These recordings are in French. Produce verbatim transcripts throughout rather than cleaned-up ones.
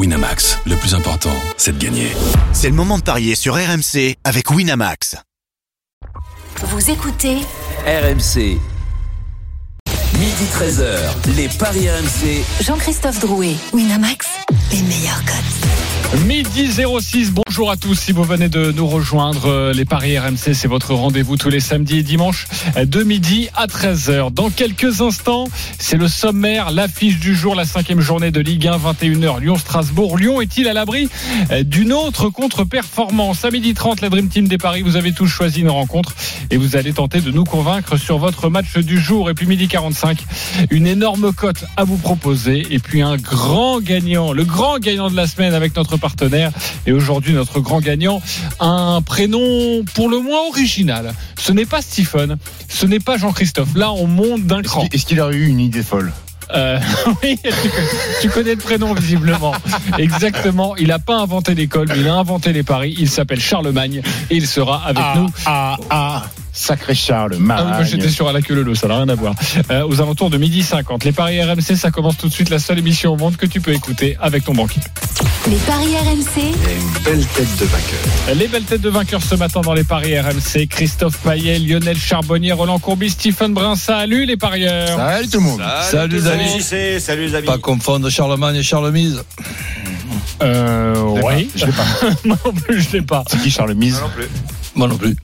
Winamax, le plus important, c'est de gagner. C'est le moment de parier sur R M C avec Winamax. Vous écoutez R M C. Midi treize heures, les paris R M C. Jean-Christophe Drouet, Winamax, les meilleurs codes. Midi zéro six, bonjour à tous. Si vous venez de nous rejoindre, les paris R M C, c'est votre rendez-vous tous les samedis et dimanches de midi à treize heures. Dans quelques instants, c'est le sommaire, l'affiche du jour, la cinquième journée de Ligue un, vingt et une heures, Lyon-Strasbourg. Lyon est-il à l'abri d'une autre contre-performance? À midi trente, la Dream Team des paris, vous avez tous choisi une rencontre et vous allez tenter de nous convaincre sur votre match du jour. Et puis midi quarante-cinq, une énorme cote à vous proposer et puis un grand gagnant, le grand gagnant de la semaine avec notre partenaire. Et aujourd'hui, notre grand gagnant, un prénom pour le moins original. Ce n'est pas Stephen, ce n'est pas Jean-Christophe. Là, on monte d'un cran. Est-ce qu'il a eu une idée folle? Euh, oui, tu, tu connais le prénom visiblement. Exactement. Il n'a pas inventé l'école, mais il a inventé les paris. Il s'appelle Charlemagne et il sera avec ah, nous. Ah, ah, sacré Charlemagne. Ah, moi, j'étais sur à la queue leu leu, ça n'a rien à voir. Euh, aux alentours de midi cinquante. Les paris R M C, ça commence tout de suite. La seule émission au monde que tu peux écouter avec ton banquier. Les paris R M C. Il y a une belle tête de vainqueur. Les belles têtes de vainqueurs ce matin dans les paris R M C. Christophe Payet, Lionel Charbonnier, Roland Courbis, Stephen Brun. Salut les parieurs. Salut tout le monde. Salut, salut les amis. J C, salut les amis. Pas confondre Charlemagne et Charlemise. Euh, oui. Je l'ai pas. Moi non plus, je l'ai pas. C'est qui Charlemise? Moi non plus. Moi non plus.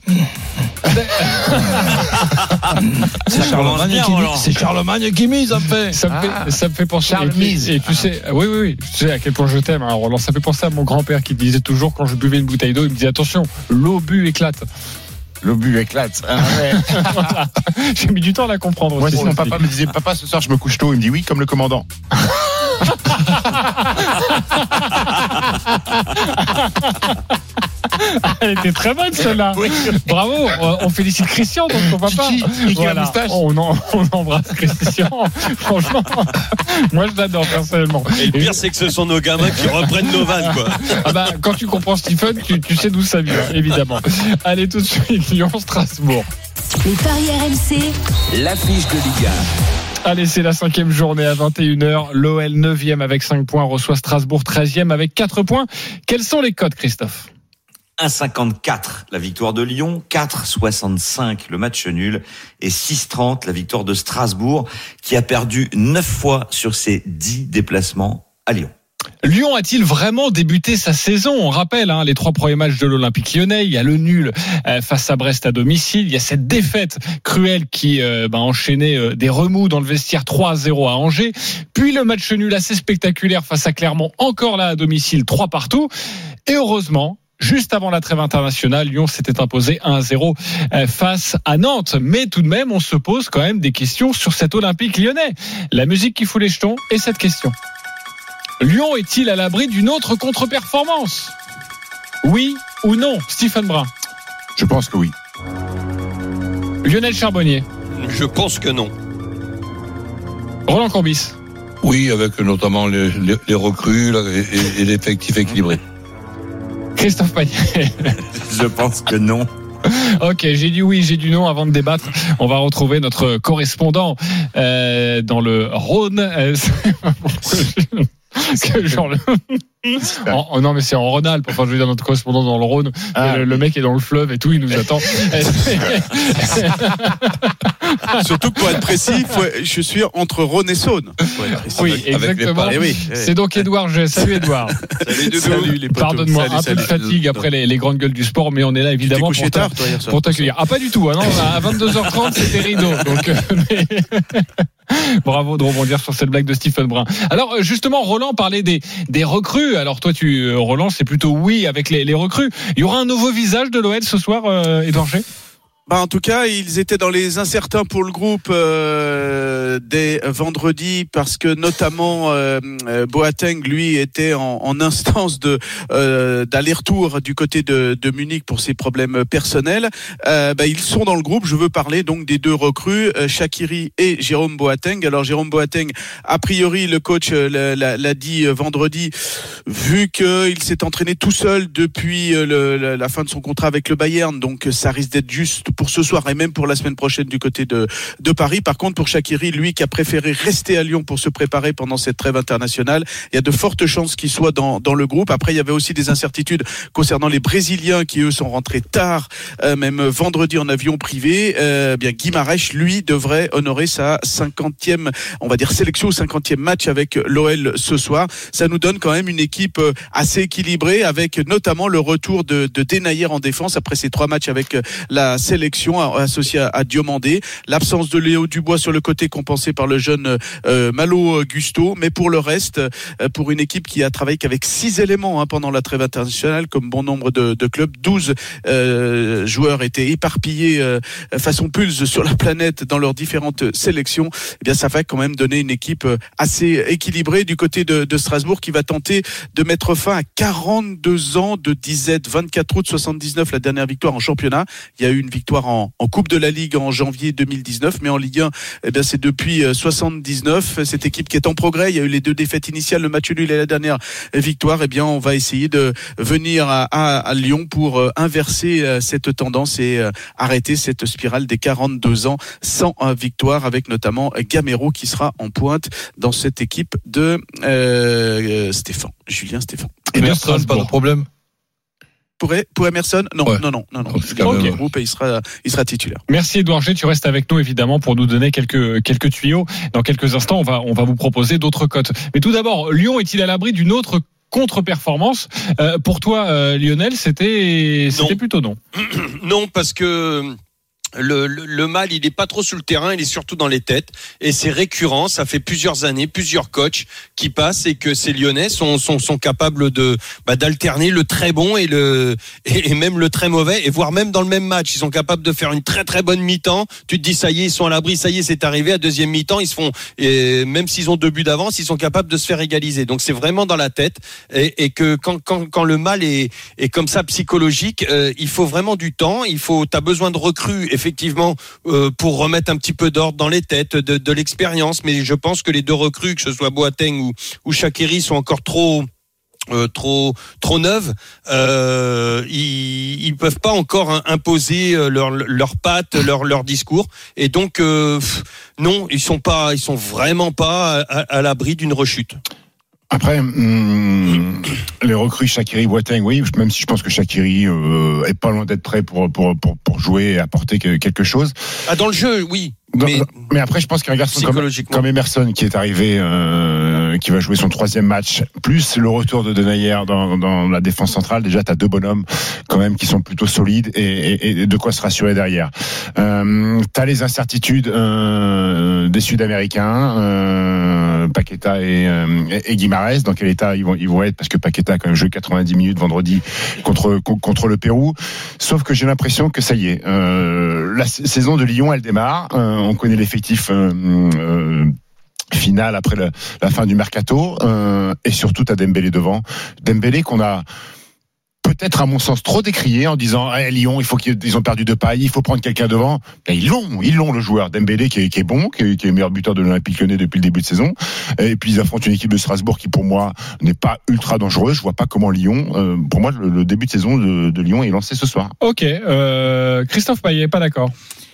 C'est Charlemagne, bien, qui, alors. c'est Charlemagne qui mise en fait. Ça me, Ah, fait, ça me fait penser. Charles et puis, Mise. et tu sais, oui, oui, oui. Tu sais à quel point je t'aime, hein, Roland. Ça fait penser à mon grand-père qui disait toujours quand je buvais une bouteille d'eau, il me disait attention, l'obus éclate. L'obus éclate. Ah, ouais. Voilà. J'ai mis du temps à la comprendre. Moi, aussi. si mon papa me disait, papa, ce soir, je me couche tôt, il me dit oui, comme le commandant. Elle était très bonne celle-là. Oui. Bravo. On félicite Christian, donc ton papa. Chichi, qui a la moustache. On, en, on embrasse Christian. Franchement, moi je l'adore personnellement. Et le pire, c'est que ce sont nos gamins qui reprennent nos vannes, quoi. Ah bah, quand tu comprends Stephen, tu, tu sais d'où ça vient, évidemment. Allez, tout de suite, Lyon-Strasbourg. Les paris R M C. L'affiche de Ligue un. Allez, c'est la cinquième journée à vingt et une heures. L'O L neuvième avec cinq points reçoit Strasbourg treizième avec quatre points. Quels sont les codes, Christophe? un virgule cinquante-quatre la victoire de Lyon, quatre virgule soixante-cinq le match nul et six virgule trente la victoire de Strasbourg qui a perdu neuf fois sur ses dix déplacements à Lyon. Lyon a-t-il vraiment débuté sa saison? On rappelle hein, les trois premiers matchs de l'Olympique Lyonnais. Il y a le nul euh, face à Brest à domicile. Il y a cette défaite cruelle qui euh, bah, enchaînait euh, des remous dans le vestiaire trois à zéro à Angers. Puis le match nul assez spectaculaire face à Clermont, encore là à domicile, trois partout. Et heureusement, juste avant la trêve internationale, Lyon s'était imposé un à zéro face à Nantes. Mais tout de même, on se pose quand même des questions sur cet Olympique Lyonnais. La musique qui fout les jetons et cette question. Lyon est-il à l'abri d'une autre contre-performance? Oui ou non? Stephen Brun. Je pense que oui. Lionel Charbonnier. Je pense que non. Roland Courbis. Oui, avec notamment les, les, les recrues là, et, et, et l'effectif équilibré. Christophe Payet. Je pense que non. Ok, j'ai dit oui, j'ai dit non avant de débattre. On va retrouver notre correspondant euh, dans le Rhône. Euh, que genre le... en, en, non mais c'est en Rhône-Alpes, enfin je veux dire notre correspondant dans le Rhône, ah, le, oui. le mec est dans le fleuve et tout, il nous attend. Surtout pour être précis, faut, je suis entre Rhône et Saône. Oui, avec, exactement. avec oui, oui. C'est donc Édouard G. Salut Édouard. Salut Doudou. Salut, les Pardonne-moi, salut, un salut, peu de fatigue salut. Après les, les grandes gueules du sport, mais on est là évidemment pour, tard, toi, hier soir, pour t'accueillir. Ah pas du tout, hein, non, à vingt-deux heures trente c'était rideau. Donc, euh, mais... Bravo de rebondir sur cette blague de Stephen Brun. Alors justement, Roland parlait des, des recrues. Alors toi, tu Roland, c'est plutôt oui avec les, les recrues. Il y aura un nouveau visage de l'O L ce soir, euh, Édouard G. Bah, en tout cas, ils étaient dans les incertains pour le groupe euh, dès vendredi parce que notamment euh, Boateng, lui, était en, en instance de euh, d'aller-retour du côté de, de Munich pour ses problèmes personnels. Euh, bah, ils sont dans le groupe. Je veux parler donc des deux recrues, euh, Shaqiri et Jérôme Boateng. Alors Jérôme Boateng, a priori, le coach l'a, l'a, l'a dit vendredi, vu qu'il s'est entraîné tout seul depuis le, la fin de son contrat avec le Bayern, donc ça risque d'être juste pour ce soir et même pour la semaine prochaine du côté de, de Paris. Par contre, pour Shaqiri, lui qui a préféré rester à Lyon pour se préparer pendant cette trêve internationale, il y a de fortes chances qu'il soit dans, dans le groupe. Après, il y avait aussi des incertitudes concernant les Brésiliens qui, eux, sont rentrés tard, euh, même vendredi en avion privé. Euh, bien, Guimarães, lui, devrait honorer sa cinquantième, on va dire, sélection ou cinquantième match avec l'O L ce soir. Ça nous donne quand même une équipe assez équilibrée, avec notamment le retour de, de Denayer en défense après ces trois matchs avec la sélection associée à, à Diomandé. L'absence de Léo Dubois sur le côté compensé par le jeune euh, Malo Gusto. Mais pour le reste, euh, pour une équipe qui a travaillé qu'avec six éléments hein, pendant la trêve internationale, comme bon nombre de, de clubs, douze euh, joueurs étaient éparpillés euh, façon pulse sur la planète dans leurs différentes sélections. Eh bien, ça va quand même donner une équipe assez équilibrée du côté de, de Strasbourg, qui va tenter de mettre fin à quarante-deux ans de disette. vingt-quatre août soixante-dix-neuf, la dernière victoire en championnat. Il y a eu une victoire en, en Coupe de la Ligue en janvier deux mille dix-neuf, mais en Ligue un, eh bien, c'est depuis soixante-dix-neuf. Cette équipe qui est en progrès, il y a eu les deux défaites initiales, le match nul et la dernière victoire. Eh bien, on va essayer de venir à, à, à Lyon pour inverser cette tendance et arrêter cette spirale des quarante-deux ans sans victoire, avec notamment Gamero qui sera en pointe dans cette équipe de euh, Stéphane, Julien Stéphane. Emerson, pas de problème. Pour, pour Emerson, non, ouais. non, non, non, non. Okay. Le groupe, il sera, il sera titulaire. Merci Edouard G, tu restes avec nous évidemment pour nous donner quelques quelques tuyaux. Dans quelques instants, on va on va vous proposer d'autres cotes. Mais tout d'abord, Lyon est-il à l'abri d'une autre contre-performance euh, pour toi, euh, Lionel? C'était c'était non. plutôt non. Non, parce que Le, le, le mal, il est pas trop sur le terrain, il est surtout dans les têtes, et c'est récurrent. Ça fait plusieurs années, plusieurs coachs qui passent, et que ces Lyonnais sont sont, sont capables de bah, d'alterner le très bon et le et, et même le très mauvais, et voire même dans le même match, ils sont capables de faire une très très bonne mi-temps. Tu te dis ça y est, ils sont à l'abri, ça y est, c'est arrivé. À deuxième mi-temps, ils se font, et même s'ils ont deux buts d'avance, ils sont capables de se faire égaliser. Donc c'est vraiment dans la tête, et, et que quand quand quand le mal est est comme ça psychologique, euh, il faut vraiment du temps. Il faut, t'as besoin de recrues. Effectivement, euh, pour remettre un petit peu d'ordre dans les têtes, de, de l'expérience, mais je pense que les deux recrues, que ce soit Boateng ou, ou Shaqiri, sont encore trop euh, trop trop neuves. Euh, ils ils peuvent pas encore imposer leur leurs pattes, leur leur discours, et donc euh, non, ils sont pas, ils sont vraiment pas à, à l'abri d'une rechute. Après, hum, les recrues Shaqiri, Boateng, oui, même si je pense que Shaqiri euh, est pas loin d'être prêt pour pour pour pour jouer et apporter quelque chose. Ah, dans le jeu, oui. Non, mais, mais après, je pense qu'un garçon comme, comme Emerson qui est arrivé, euh, qui va jouer son troisième match, plus le retour de Denayer dans, dans la défense centrale, déjà t'as deux bonhommes quand même qui sont plutôt solides, et, et, et de quoi se rassurer derrière. Euh, t'as les incertitudes euh, des Sud-Américains, euh, Paqueta et, euh, et Guimarães. Dans quel état ils vont, ils vont être, parce que Paqueta a quand même joué quatre-vingt-dix minutes vendredi contre contre le Pérou. Sauf que j'ai l'impression que ça y est, euh, la saison de Lyon, elle démarre. Euh, on connaît l'effectif euh, euh, final après le, la fin du mercato, euh, et surtout t'as Dembélé devant. Dembélé qu'on a peut-être à mon sens trop décrié en disant hey, Lyon, il faut qu'ils ils ont perdu de paille, il faut prendre quelqu'un devant. Et ils l'ont, ils l'ont le joueur Dembélé qui est, qui est bon, qui est, qui est meilleur buteur de l'Olympique Lyonnais depuis le début de saison. Et puis ils affrontent une équipe de Strasbourg qui pour moi n'est pas ultra dangereuse. Je vois pas comment Lyon, euh, pour moi le, le début de saison de, de Lyon est lancé ce soir. Ok, euh, Christophe Payet, pas d'accord.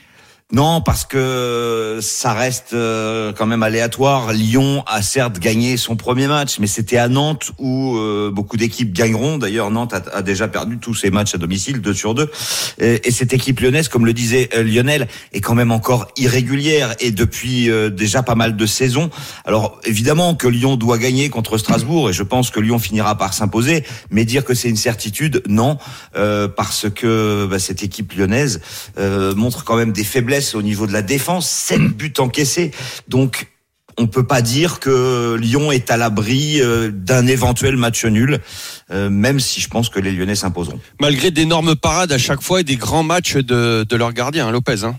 Non, parce que ça reste quand même aléatoire. Lyon a certes gagné son premier match, mais c'était à Nantes où euh, beaucoup d'équipes gagneront. D'ailleurs, Nantes a, a déjà perdu tous ses matchs à domicile, deux sur deux. Et, et cette équipe lyonnaise, comme le disait euh, Lionel, est quand même encore irrégulière, et depuis euh, déjà pas mal de saisons. Alors évidemment que Lyon doit gagner contre Strasbourg, et je pense que Lyon finira par s'imposer. Mais dire que c'est une certitude, non, euh, parce que bah, cette équipe lyonnaise euh, montre quand même des faiblesses au niveau de la défense, sept buts encaissés. Donc, on peut pas dire que Lyon est à l'abri d'un éventuel match nul, euh, même si je pense que les Lyonnais s'imposeront. Malgré d'énormes parades à chaque fois et des grands matchs de, de leur gardien, hein, Lopez. Hein.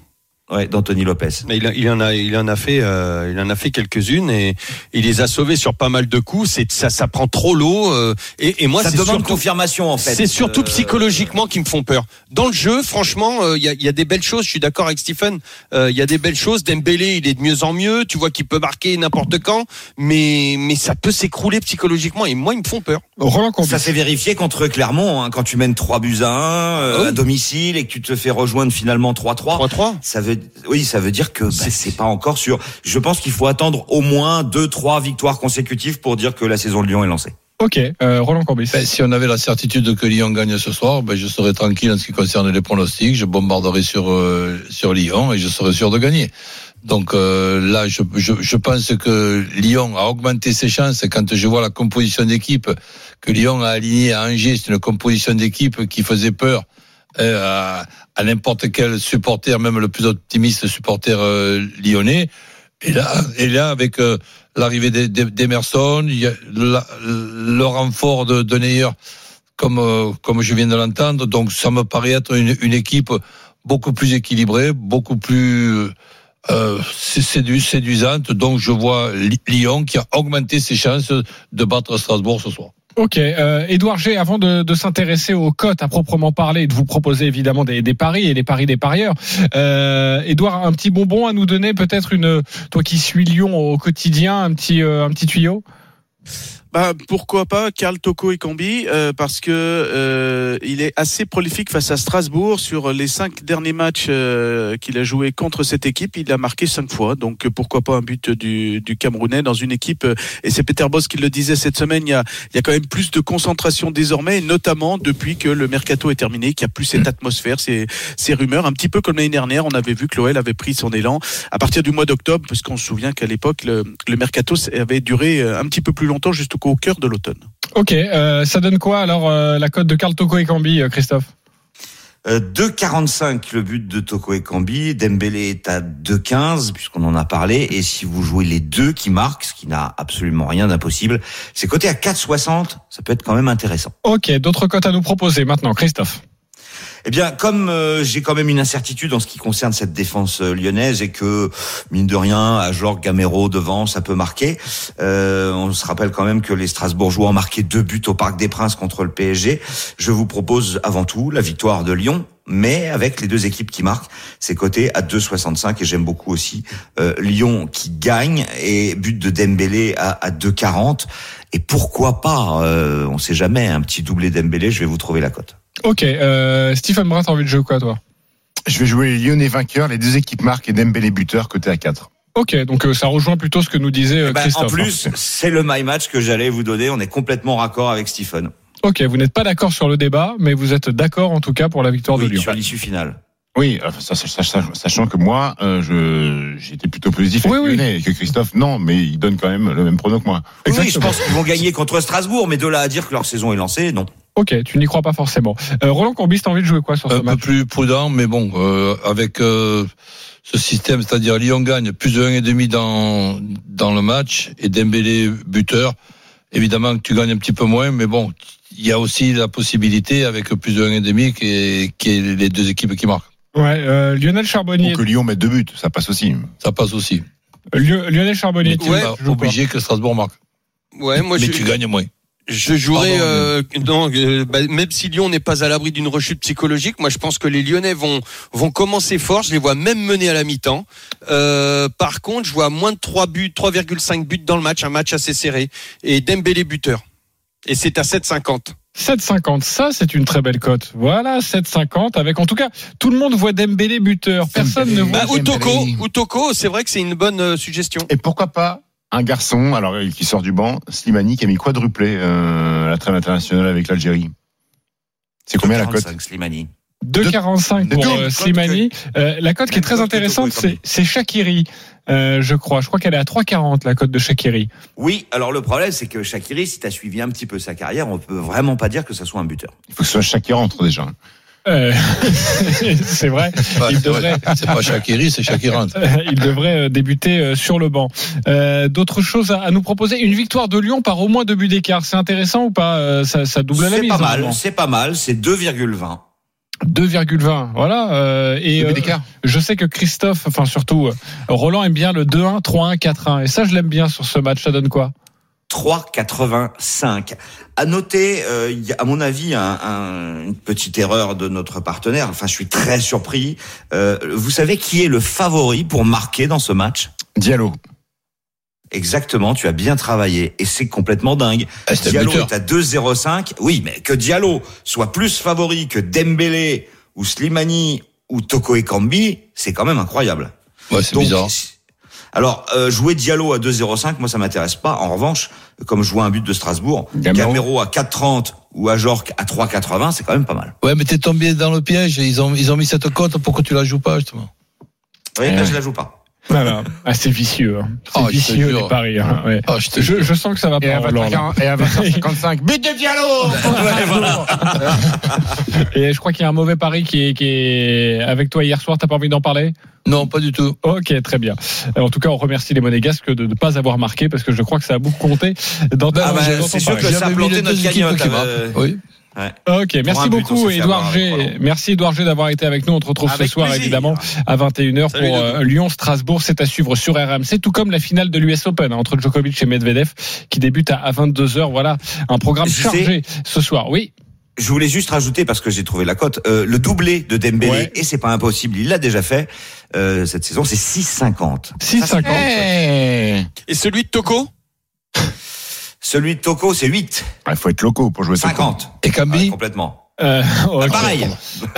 Ouais, d'Anthony Lopez. Mais il, il en a, il en a fait, euh, il en a fait quelques-unes et il les a sauvés sur pas mal de coups. C'est ça, ça prend trop l'eau. Euh, et, et moi, ça c'est demande surtout, confirmation en fait. C'est surtout euh... psychologiquement qui me font peur. Dans le jeu, franchement, il euh, y, a, y a des belles choses. Je suis d'accord avec Stephen. Il euh, y a des belles choses. Dembélé, il est de mieux en mieux. Tu vois qu'il peut marquer n'importe quand, mais mais ça peut s'écrouler psychologiquement. Et moi, ils me font peur. Roland Courbis. Ça s'est vérifié contre Clermont hein, quand tu mènes trois buts à un euh, oui. à domicile et que tu te fais rejoindre finalement trois trois. trois trois. Ça veut, oui, ça veut dire que bah, c'est... c'est pas encore sûr. Je pense qu'il faut attendre au moins deux, trois victoires consécutives pour dire que la saison de Lyon est lancée. Ok, euh, Roland Courbis. Ben, si on avait la certitude que Lyon gagne ce soir, ben, je serais tranquille en ce qui concerne les pronostics. Je bombarderais sur euh, sur Lyon et je serais sûr de gagner. Donc euh, là, je, je, je pense que Lyon a augmenté ses chances. Quand je vois la composition d'équipe que Lyon a alignée à Angers, c'est une composition d'équipe qui faisait peur euh, à, à n'importe quel supporter, même le plus optimiste supporter euh, lyonnais. Et là, et là avec euh, l'arrivée d'Emerson, il y a la, le renfort de, de Neuer, comme euh, comme je viens de l'entendre. Donc ça me paraît être une, une équipe beaucoup plus équilibrée, beaucoup plus euh, sédu, séduisante. Donc je vois Lyon qui a augmenté ses chances de battre Strasbourg ce soir. Ok, euh, Édouard G, avant de, de s'intéresser aux cotes à proprement parler et de vous proposer évidemment des, des paris et les paris des parieurs, euh, Édouard, un petit bonbon à nous donner, peut-être une, toi qui suis Lyon au quotidien, un petit, euh, un petit tuyau. Bah, pourquoi pas Karl Toko Ekambi euh, parce que euh, il est assez prolifique face à Strasbourg. Sur les cinq derniers matchs euh, qu'il a joué contre cette équipe, il a marqué cinq fois. Donc pourquoi pas un but du, du Camerounais dans une équipe, et c'est Peter Bosz qui le disait cette semaine, il y a, il y a quand même plus de concentration désormais, notamment depuis que le mercato est terminé, qu'il n'y a plus cette atmosphère, ces, ces rumeurs, un petit peu comme l'année dernière, on avait vu que l'O L avait pris son élan à partir du mois d'octobre, parce qu'on se souvient qu'à l'époque le, le mercato avait duré un petit peu plus longtemps, juste au au cœur de l'automne. Ok, euh, ça donne quoi alors euh, la cote de Karl Toko Ekambi, euh, Christophe? euh, deux virgule quarante-cinq le but de Toko Ekambi, Dembélé est à deux virgule quinze puisqu'on en a parlé, et si vous jouez les deux qui marquent, ce qui n'a absolument rien d'impossible, c'est coté à quatre virgule soixante, ça peut être quand même intéressant. Ok, d'autres cotes à nous proposer maintenant, Christophe? Eh bien, comme euh, j'ai quand même une incertitude en ce qui concerne cette défense euh, lyonnaise et que, mine de rien, à Jorge Gamero devant, ça peut marquer. Euh, on se rappelle quand même que les Strasbourgeois ont marqué deux buts au Parc des Princes contre le P S G. Je vous propose avant tout la victoire de Lyon, mais avec les deux équipes qui marquent. C'est coté à deux virgule soixante-cinq et j'aime beaucoup aussi euh, Lyon qui gagne et but de Dembélé à, à deux virgule quarante. Et pourquoi pas, euh, on sait jamais, un petit doublé Dembélé, je vais vous trouver la cote. Ok, euh, Stephen Brun, t'as envie de jouer quoi, toi? Je vais jouer les Lyonnais vainqueurs, les deux équipes marquent et Dembélé buteur, côté à quatre. Ok, donc euh, ça rejoint plutôt ce que nous disait euh, ben, Christophe. En plus, c'est le my match que j'allais vous donner. On est complètement raccord avec Stephen. Ok, vous n'êtes pas d'accord sur le débat, mais vous êtes d'accord en tout cas pour la victoire oui, de Lyon. Sur l'issue finale. Oui, sachant que moi, euh, je, j'étais plutôt positif avec oui, Lyonnais, oui. Et que Christophe, non, mais il donne quand même le même prono que moi. Oui, oui, je pense qu'ils vont gagner contre Strasbourg, mais de là à dire que leur saison est lancée, non. Ok, tu n'y crois pas forcément. Euh, Roland Courbis, t'as envie de jouer quoi sur ce un match? Un peu plus prudent, mais bon, euh, avec euh, ce système, c'est-à-dire Lyon gagne plus de un virgule cinq dans dans le match et Dembélé buteur. Évidemment que tu gagnes un petit peu moins, mais bon, il y a aussi la possibilité avec plus de un virgule cinq qui est, qui est les deux équipes qui marquent. Ouais, euh, Lionel Charbonnier. Ou que Lyon mette deux buts, ça passe aussi. Ça passe aussi. Euh, Lionel Charbonnier, tu es obligé que Strasbourg marque. Ouais, moi mais je... tu gagnes moins. Je jouerais, euh, non, euh, bah, même si Lyon n'est pas à l'abri d'une rechute psychologique, moi je pense que les Lyonnais vont vont commencer fort. Je les vois même mener à la mi-temps. Euh, par contre, je vois moins de trois buts, trois virgule cinq buts dans le match, un match assez serré. Et Dembélé buteur. Et c'est à sept cinquante. sept cinquante, ça c'est une très belle cote. Voilà, sept cinquante avec en tout cas tout le monde voit Dembélé buteur. Personne Dembélé. ne voit. Bah, Outoko, Outoko, c'est vrai que c'est une bonne euh, suggestion. Et pourquoi pas un garçon, alors qui sort du banc, Slimani, qui a mis quadruplé euh, à la trêve internationale avec l'Algérie. C'est combien la cote? Slimani. deux virgule quarante-cinq pour euh, Slimani. Euh, la cote qui est très intéressante, c'est, c'est Shaqiri, euh, je crois. Je crois qu'elle est à trois virgule quarante, la cote de Shaqiri. Oui, alors le problème, c'est que Shaqiri, si tu as suivi un petit peu sa carrière, on peut vraiment pas dire que ça soit un buteur. Il faut que ce soit Shaqiri rentre déjà. Euh, c'est vrai. Bah, il c'est, devrait. vrai. C'est pas Shaqiri, c'est Shaqiri. Il devrait débuter sur le banc. Euh, d'autres choses à nous proposer? Une victoire de Lyon par au moins deux buts d'écart. C'est intéressant ou pas? Ça, ça double la mise. C'est pas mal. C'est pas mal. C'est deux virgule vingt. deux virgule vingt, voilà. Euh, et euh, je sais que Christophe, enfin surtout, euh, Roland aime bien le deux un, trois un, quatre un. Et ça, je l'aime bien sur ce match. Ça donne quoi ? trois quatre-vingt-cinq. À noter, euh, y a, à mon avis, un, un, une petite erreur de notre partenaire. Enfin, je suis très surpris. Euh, vous savez qui est le favori pour marquer dans ce match ? Diallo. Exactement, tu as bien travaillé. Et c'est complètement dingue. Ah, Diallo est à deux zéro cinq. Oui, mais que Diallo soit plus favori que Dembélé ou Slimani ou Toko Ekambi, c'est quand même incroyable. Ouais, c'est Donc, bizarre. Alors, euh, jouer Diallo à deux zéro cinq, moi, ça m'intéresse pas. En revanche, comme jouer un but de Strasbourg, Gamero, Gamero à quatre trente ou à Jorque à trois quatre-vingts, c'est quand même pas mal. Ouais, mais t'es tombé dans le piège. Ils ont, ils ont mis cette cote pour que tu la joues pas, justement. Oui, euh... là, je la joue pas. Voilà. Ah, c'est vicieux. Hein. C'est oh, vicieux, les paris. Hein. Ouais. Oh, je, je, je sens que ça va pas. Et à vingt heures cinquante-cinq, but de Diallo. Ouais, voilà. Et je crois qu'il y a un mauvais pari qui est, qui est avec toi hier soir. T'as pas envie d'en parler ? Non, pas du tout. Ok, très bien. En tout cas, on remercie les Monégasques de ne pas avoir marqué parce que je crois que ça a beaucoup compté dans ta. Ah bah, c'est sûr que ça a planté notre cagnotte. Euh... Oui. Ouais. Ok, merci beaucoup Édouard G. Merci Édouard G d'avoir été avec nous. On te retrouve avec ce soir plaisir. Évidemment à vingt et une heures pour euh, Lyon-Strasbourg. C'est à suivre sur R M C, tout comme la finale de l'U S Open hein, entre Djokovic et Medvedev qui débute à, à vingt-deux heures. Voilà, un programme je chargé sais. ce soir. Oui. Je voulais juste rajouter, parce que j'ai trouvé la cote, euh, le doublé de Dembélé, ouais. Et c'est pas impossible, il l'a déjà fait euh, cette saison, c'est six cinquante. six cinquante. Hey. Et celui de Toko ? Celui de Toko, c'est huit. Il ah, faut être loco pour jouer cinquante. Et Cambi ? Ouais, complètement. Euh, okay. ah, pareil.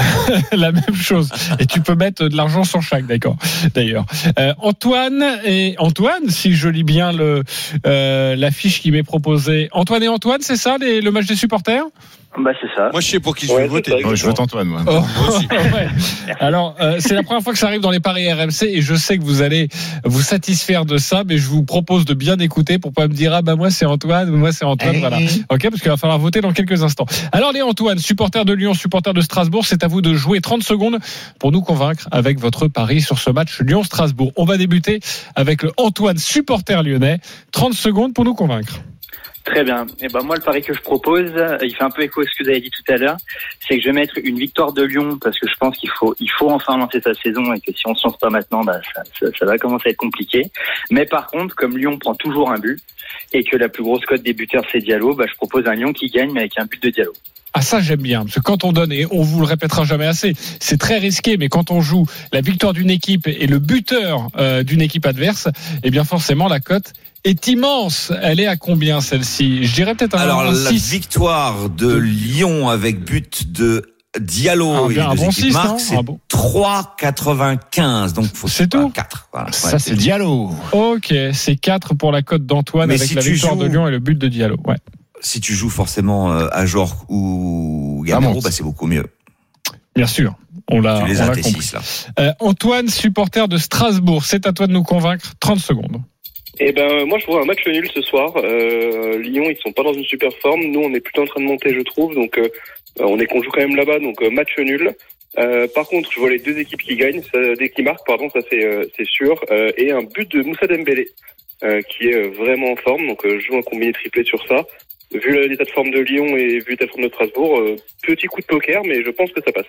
La même chose. Et tu peux mettre de l'argent sur chaque, d'accord. D'ailleurs, euh, Antoine et Antoine, si je lis bien le euh, l'affiche qui m'est proposée. Antoine et Antoine, c'est ça les, le match des supporters ? Bah c'est ça. Moi je sais pour qui je ouais, vais voter. Moi, je vote Antoine. Moi. Oh, moi aussi. Ouais. Alors euh, c'est la première fois que ça arrive dans les paris R M C et je sais que vous allez vous satisfaire de ça, mais je vous propose de bien écouter pour pas me dire ah bah moi c'est Antoine, moi c'est Antoine, hey. Voilà. Ok, parce qu'il va falloir voter dans quelques instants. Alors les Antoine, supporters de Lyon, supporters de Strasbourg, c'est à vous de jouer trente secondes pour nous convaincre avec votre pari sur ce match Lyon-Strasbourg. On va débuter avec le Antoine, supporter lyonnais. trente secondes pour nous convaincre. Très bien. Et ben moi le pari que je propose, il fait un peu écho à ce que vous avez dit tout à l'heure, c'est que je vais mettre une victoire de Lyon parce que je pense qu'il faut il faut enfin lancer sa saison et que si on se lance pas maintenant, bah ça, ça, ça va commencer à être compliqué. Mais par contre, comme Lyon prend toujours un but et que la plus grosse cote des buteurs c'est Diallo, bah je propose un Lyon qui gagne mais avec un but de Diallo. Ah ça j'aime bien, parce que quand on donne, et on vous le répétera jamais assez, c'est très risqué, mais quand on joue la victoire d'une équipe et le buteur euh, d'une équipe adverse, eh bien forcément la cote est immense. Elle est à combien celle-ci ? Je dirais peut-être un Alors un la six. Victoire de Lyon avec but de Diallo ah, et les un deux bon équipes six, marquent, c'est ah bon. trois quatre-vingt-quinze. Donc faut c'est tout. quatre. Voilà. Ça ouais, c'est Diallo. Ok, c'est quatre pour la cote d'Antoine. Mais avec si la victoire joues... de Lyon et le but de Diallo. Ouais. Si tu joues forcément à Jorque ou Gamero, bah c'est beaucoup mieux. Bien sûr, on l'a, tu les on as l'a tes compris. six, là. Euh, Antoine, supporter de Strasbourg, c'est à toi de nous convaincre. trente secondes. Eh ben moi je vois un match nul ce soir. Euh, Lyon ils sont pas dans une super forme. Nous on est plutôt en train de monter je trouve. Donc euh, on est qu'on joue quand même là-bas. Donc euh, match nul. Euh, par contre je vois les deux équipes qui gagnent, ça, dès qui marquent pardon ça c'est euh, c'est sûr. Euh, et un but de Moussa Dembélé euh, qui est vraiment en forme. Donc euh, je joue un combiné triplé sur ça. Vu l'état de forme de Lyon et vu l'état de forme de Strasbourg, euh, petit coup de poker, mais je pense que ça passe.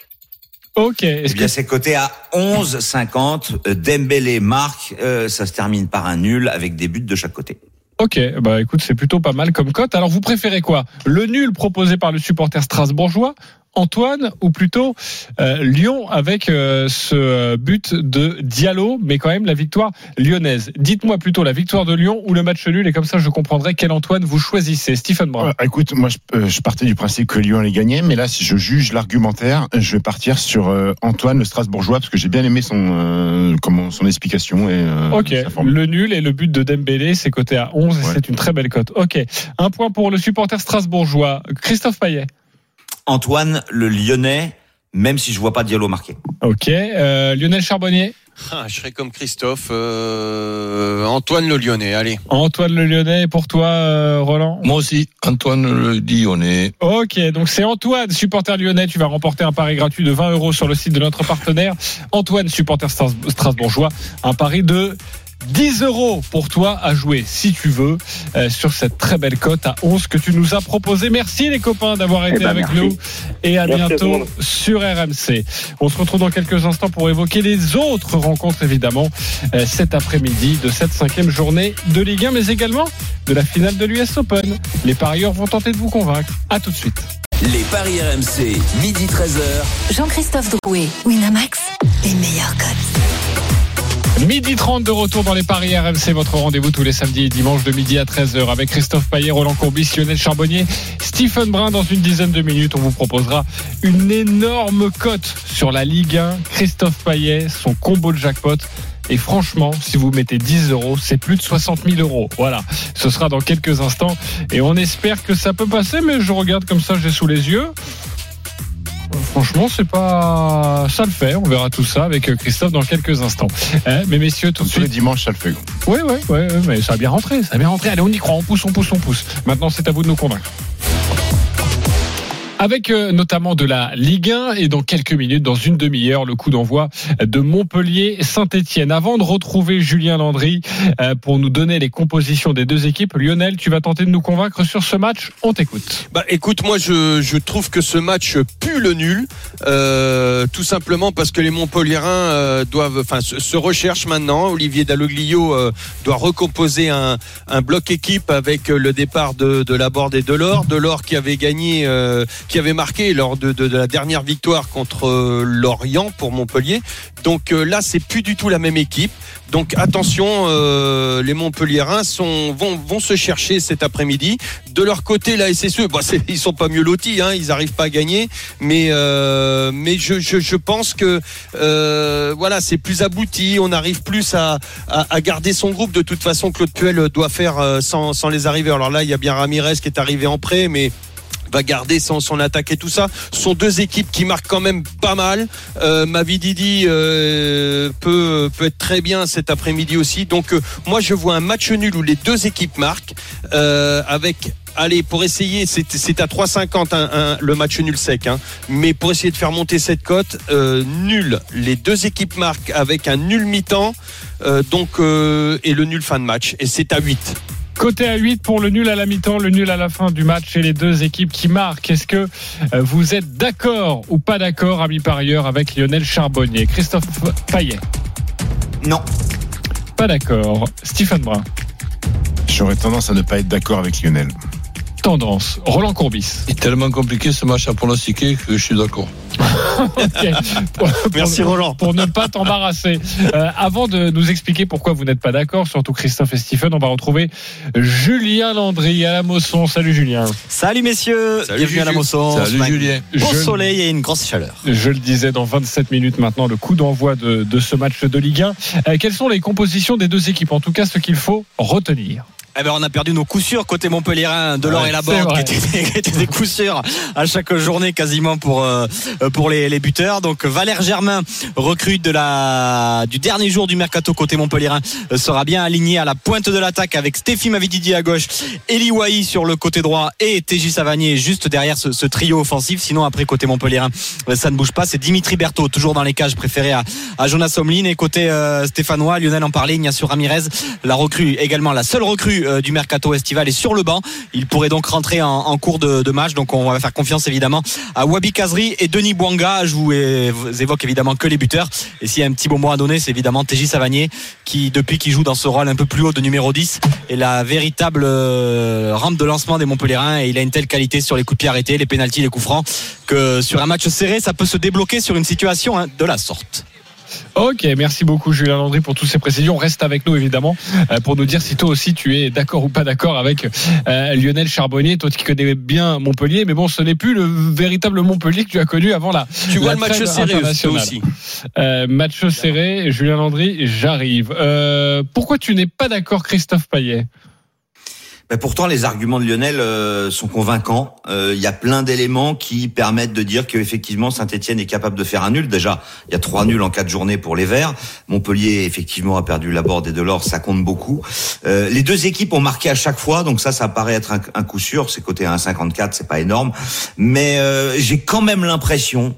Ok. Est-ce eh bien, que... c'est coté à onze cinquante. Dembélé marque, euh, ça se termine par un nul avec des buts de chaque côté. Ok, bah écoute, c'est plutôt pas mal comme cote. Alors vous préférez quoi ? Le nul proposé par le supporter strasbourgeois, Antoine, ou plutôt euh, Lyon avec euh, ce but de Diallo, mais quand même la victoire lyonnaise. Dites-moi plutôt la victoire de Lyon ou le match nul, et comme ça je comprendrai quel Antoine vous choisissez. Stephen Brun. Euh, écoute, moi je, euh, je partais du principe que Lyon allait gagner, mais là si je juge l'argumentaire, je vais partir sur euh, Antoine le Strasbourgeois parce que j'ai bien aimé son euh, comment son explication et euh, ok. Le nul et le but de Dembélé, c'est coté à onze, ouais. Et c'est une très belle cote. Ok, un point pour le supporter strasbourgeois. Christophe Payet. Antoine le Lyonnais, même si je vois pas Diallo marquer. Ok, euh, Lionel Charbonnier. Ah, je serais comme Christophe. Euh, Antoine le Lyonnais, allez. Antoine le Lyonnais, pour toi, euh, Roland ? Moi aussi, Antoine le Lyonnais. Ok, donc c'est Antoine, supporter lyonnais. Tu vas remporter un pari gratuit de vingt euros sur le site de notre partenaire. Antoine, supporter strasbourgeois, un pari de dix euros pour toi à jouer, si tu veux, euh, sur cette très belle cote à onze que tu nous as proposé. Merci les copains d'avoir été eh ben, avec merci. nous. Et à merci bientôt à sur R M C. On se retrouve dans quelques instants pour évoquer les autres rencontres, évidemment, euh, cet après-midi de cette cinquième journée de Ligue un, mais également de la finale de l'U S Open. Les parieurs vont tenter de vous convaincre. À tout de suite. Les paris R M C, midi treize heures. Jean-Christophe Drouet, Winamax, les meilleurs codes. Midi trente de retour dans les paris R M C, votre rendez-vous tous les samedis et dimanches de midi à treize heures avec Christophe Payet, Roland Courbis, Lionel Charbonnier, Stephen Brun. Dans une dizaine de minutes, on vous proposera une énorme cote sur la Ligue un. Christophe Payet, son combo de jackpot. Et franchement, si vous mettez dix euros, c'est plus de soixante mille euros. Voilà, ce sera dans quelques instants. Et on espère que ça peut passer, mais je regarde comme ça, j'ai sous les yeux. Franchement, c'est pas, ça le fait. On verra tout ça avec Christophe dans quelques instants. Eh, mais messieurs, tout de suite. Tous les dimanches, ça le fait. Oui, oui, oui, mais ça a bien rentré, ça a bien rentré. Allez, on y croit, on pousse, on pousse, on pousse. Maintenant, c'est à vous de nous convaincre. Avec euh, notamment de la Ligue un et dans quelques minutes, dans une demi-heure, le coup d'envoi de Montpellier-Saint-Etienne. Avant de retrouver Julien Landry euh, pour nous donner les compositions des deux équipes, Lionel, tu vas tenter de nous convaincre sur ce match. On t'écoute. Bah, écoute, moi je, je trouve que ce match pue le nul, euh, tout simplement parce que les Montpelliérains euh, doivent, enfin, se, se recherchent maintenant. Olivier Dalloglio euh, doit recomposer un, un bloc équipe avec le départ de, de Laborde et Delors. Delors qui avait gagné. Euh, qui avait marqué lors de, de, de la dernière victoire contre euh, Lorient pour Montpellier. Donc euh, là, c'est plus du tout la même équipe. Donc attention, euh, les Montpelliérains sont, vont, vont se chercher cet après-midi. De leur côté, la S S E, bah, c'est, ils sont pas mieux lotis, hein, ils n'arrivent pas à gagner. Mais, euh, mais je, je, je pense que euh, voilà, c'est plus abouti. On arrive plus à, à, à garder son groupe. De toute façon, Claude Puel doit faire euh, sans, sans les arrivés. Alors là, il y a bien Ramirez qui est arrivé en prêt, mais va garder son, son attaque et tout ça. Ce sont deux équipes qui marquent quand même pas mal. Euh, Mavididi euh, peut, peut être très bien cet après-midi aussi. Donc euh, moi je vois un match nul où les deux équipes marquent euh, avec... Allez, pour essayer, c'est, c'est à trois virgule cinquante un, un, le match nul sec, hein. Mais pour essayer de faire monter cette cote, euh, nul. Les deux équipes marquent avec un nul mi-temps, euh, donc euh, et le nul fin de match. Et c'est à huit. Côté à huit pour le nul à la mi-temps, le nul à la fin du match et les deux équipes qui marquent. Est-ce que vous êtes d'accord ou pas d'accord, amis parieurs, avec Lionel Charbonnier? Christophe Payet? Non. Pas d'accord. Stephen Brun? J'aurais tendance à ne pas être d'accord avec Lionel. Tendance. Roland Courbis? C'est tellement compliqué ce match à pronostiquer que je suis d'accord. Okay. Pour, Merci pour, Roland. Pour ne pas t'embarrasser. Euh, avant de nous expliquer pourquoi vous n'êtes pas d'accord, surtout Christophe et Stephen, on va retrouver Julien Landry à la Mosson. Salut Julien. Salut messieurs. Salut Bienvenue Juju. à la Mosson. Salut Julien. Bon je, soleil et une grosse chaleur. Je le disais, dans vingt-sept minutes maintenant, le coup d'envoi de, de ce match de Ligue un. Euh, quelles sont les compositions des deux équipes? En tout cas, ce qu'il faut retenir. Eh ben, on a perdu nos coups sûrs côté Montpelliérain, Delors ouais, et Laborde, qui étaient, qui étaient des coups sûrs à chaque journée quasiment pour euh, pour les, les buteurs. Donc Valère Germain, recrue de la du dernier jour du mercato côté Montpelliérain, sera bien aligné à la pointe de l'attaque avec Stéphie Mavididi à gauche, Eli Wahi sur le côté droit et T J Savanier juste derrière ce, ce trio offensif. Sinon après côté Montpelliérain, ça ne bouge pas. C'est Dimitri Berthaud toujours dans les cages, préféré à, à Jonas Omlin. Et côté euh, stéphanois, Lionel en parlait, Ignacio Ramirez, la recrue également, la seule recrue du mercato estival est sur le banc. Il pourrait donc rentrer en, en cours de, de match. Donc on va faire confiance évidemment à Wabi Kazri et Denis Bouanga. Je vous évoque évidemment que les buteurs. Et s'il y a un petit bon mot à donner, c'est évidemment T J Savanier qui, depuis qu'il joue dans ce rôle un peu plus haut de numéro dix, est la véritable rampe de lancement des Montpelliérains. Et il a une telle qualité sur les coups de pied arrêtés, les pénaltys, les coups francs, que sur un match serré, ça peut se débloquer sur une situation hein, de la sorte. Ok, merci beaucoup Julien Landry pour toutes ces précisions. Reste avec nous évidemment euh, pour nous dire si toi aussi tu es d'accord ou pas d'accord avec euh, Lionel Charbonnier, toi qui connais bien Montpellier, mais bon, ce n'est plus le véritable Montpellier que tu as connu avant la. Tu la vois le match serré aussi. Euh, match serré, Julien Landry, j'arrive. Euh, pourquoi tu n'es pas d'accord, Christophe Payet? Mais pourtant, les arguments de Lionel euh, sont convaincants. Euh, il y a plein d'éléments qui permettent de dire qu'effectivement Saint-Etienne est capable de faire un nul. Déjà, il y a trois nuls en quatre journées pour les Verts. Montpellier, effectivement, a perdu Laborde et Delors, ça compte beaucoup. Euh, les deux équipes ont marqué à chaque fois, donc ça, ça paraît être un, un coup sûr. C'est côté un virgule cinquante-quatre, c'est pas énorme. Mais euh, j'ai quand même l'impression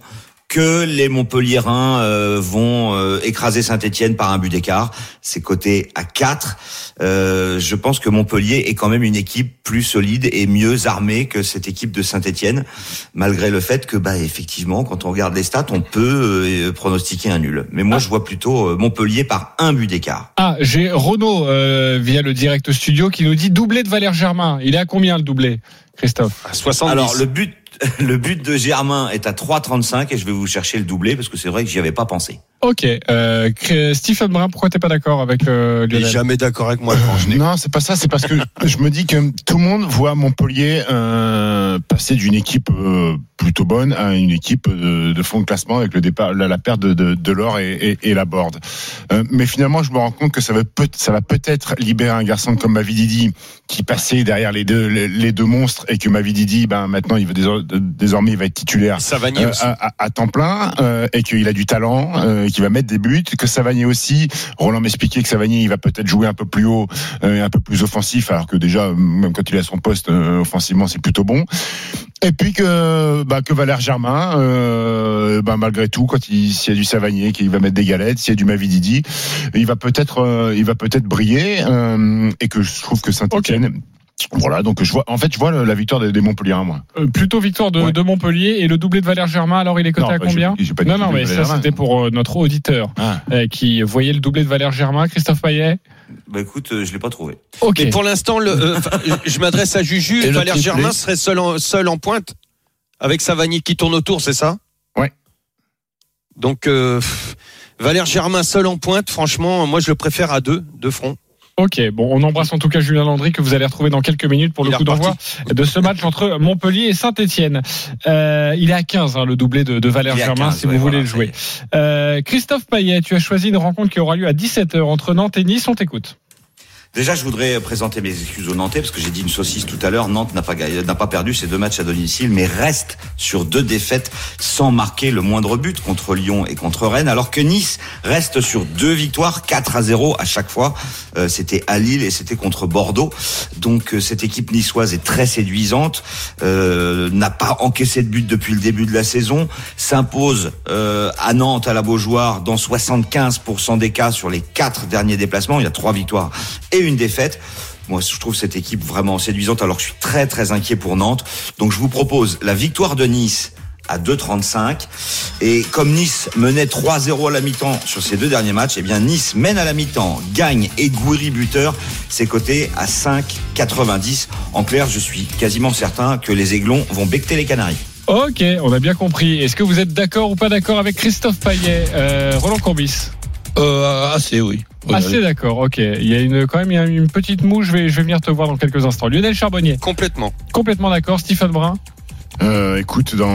que les Montpelliérains euh, vont euh, écraser Saint-Etienne par un but d'écart. C'est coté à quatre. Euh, je pense que Montpellier est quand même une équipe plus solide et mieux armée que cette équipe de Saint-Etienne, malgré le fait que, bah, effectivement, quand on regarde les stats, on peut euh, pronostiquer un nul. Mais moi, ah. je vois plutôt euh, Montpellier par un but d'écart. Ah, j'ai Renaud euh, via le direct studio qui nous dit doublé de Valère Germain. Il est à combien le doublé, Christophe? À soixante-dix. Alors, le but Le but de Germain est à trois trente-cinq et je vais vous chercher le doublé parce que c'est vrai que j'y avais pas pensé. Ok, euh, Stephen Brun, pourquoi t'es pas d'accord avec euh, Lionel? Il est jamais d'accord avec moi. Quand je non, c'est pas ça. C'est parce que je me dis que tout le monde voit Montpellier euh, passer d'une équipe euh, plutôt bonne à une équipe de, de fond de classement avec le départ, la, la perte de, de, de l'or et, et, et la board. Euh, mais finalement, je me rends compte que ça va, peut, ça va peut-être libérer un garçon comme Mavididi qui passait derrière les deux, les, les deux monstres et que Mavididi, ben maintenant, il veut désormais, il va être titulaire euh, à, à, à temps plein euh, et qu'il a du talent. Euh, qui va mettre des buts, que Savanier aussi. Roland m'expliquait que Savanier, il va peut-être jouer un peu plus haut, euh, un peu plus offensif, alors que déjà, même quand il est à son poste, euh, offensivement, c'est plutôt bon. Et puis que, bah, que Valère Germain, euh, bah, malgré tout, quand il, s'il y a du Savanier, qu'il va mettre des galettes, s'il y a du Mavididi, il va peut-être, euh, il va peut-être briller, euh, et que je trouve que Saint-Etienne, okay. Voilà, donc je vois, en fait, je vois la victoire des, des Montpelliérains, moi. Euh, plutôt victoire de, ouais. de Montpellier et le doublé de Valère Germain. Alors, il est coté non, à bah, combien j'ai, j'ai pas Non, non, mais ça, c'était pour euh, notre auditeur ah. euh, qui voyait le doublé de Valère Germain. Christophe Payet. Bah écoute, euh, je l'ai pas trouvé. Ok. Mais pour l'instant, le, euh, je m'adresse à Juju. Et Valère Germain serait seul en, seul en pointe avec Savanier qui tourne autour, c'est ça? Ouais. Donc euh, Valère Germain seul en pointe. Franchement, moi, je le préfère à deux, deux fronts. Ok, bon, on embrasse en tout cas Julien Landry que vous allez retrouver dans quelques minutes pour le il coup d'envoi de ce match entre Montpellier et Saint-Etienne. Euh, il est à quinze, hein, le doublé de, de Valère Germain, quinze, si ouais, vous voulez voilà, le jouer. Euh, Christophe Payet, tu as choisi une rencontre qui aura lieu à dix-sept heures entre Nantes et Nice. On t'écoute. Déjà, je voudrais présenter mes excuses aux Nantais parce que j'ai dit une saucisse tout à l'heure. Nantes n'a pas gagné, n'a pas perdu ses deux matchs à domicile, mais reste sur deux défaites sans marquer le moindre but contre Lyon et contre Rennes, alors que Nice reste sur deux victoires, quatre à zéro à chaque fois. Euh, c'était à Lille et c'était contre Bordeaux. Donc euh, cette équipe niçoise est très séduisante, euh, n'a pas encaissé de but depuis le début de la saison, s'impose euh, à Nantes, à la Beaujoire, dans soixante-quinze pour cent des cas sur les quatre derniers déplacements. Il y a trois victoires et une défaite. Moi, je trouve cette équipe vraiment séduisante, alors que je suis très très inquiet pour Nantes. Donc je vous propose la victoire de Nice à deux trente-cinq. Et comme Nice menait trois zéro à la mi-temps sur ces deux derniers matchs, eh bien Nice mène à la mi-temps, gagne et Gouiri buteur, c'est coté à cinq quatre-vingt-dix. En clair, je suis quasiment certain que les Aiglons vont becqueter les Canaries. Ok, on a bien compris. Est-ce que vous êtes d'accord ou pas d'accord avec Christophe Payet, euh, Roland Courbis? Euh, assez, oui. oui assez, oui. D'accord, ok. Il y a une, quand même, il y a une petite moue. Je vais, je vais venir te voir dans quelques instants. Lionel Charbonnier. Complètement. Complètement d'accord. Stephen Brun. Euh, écoute, dans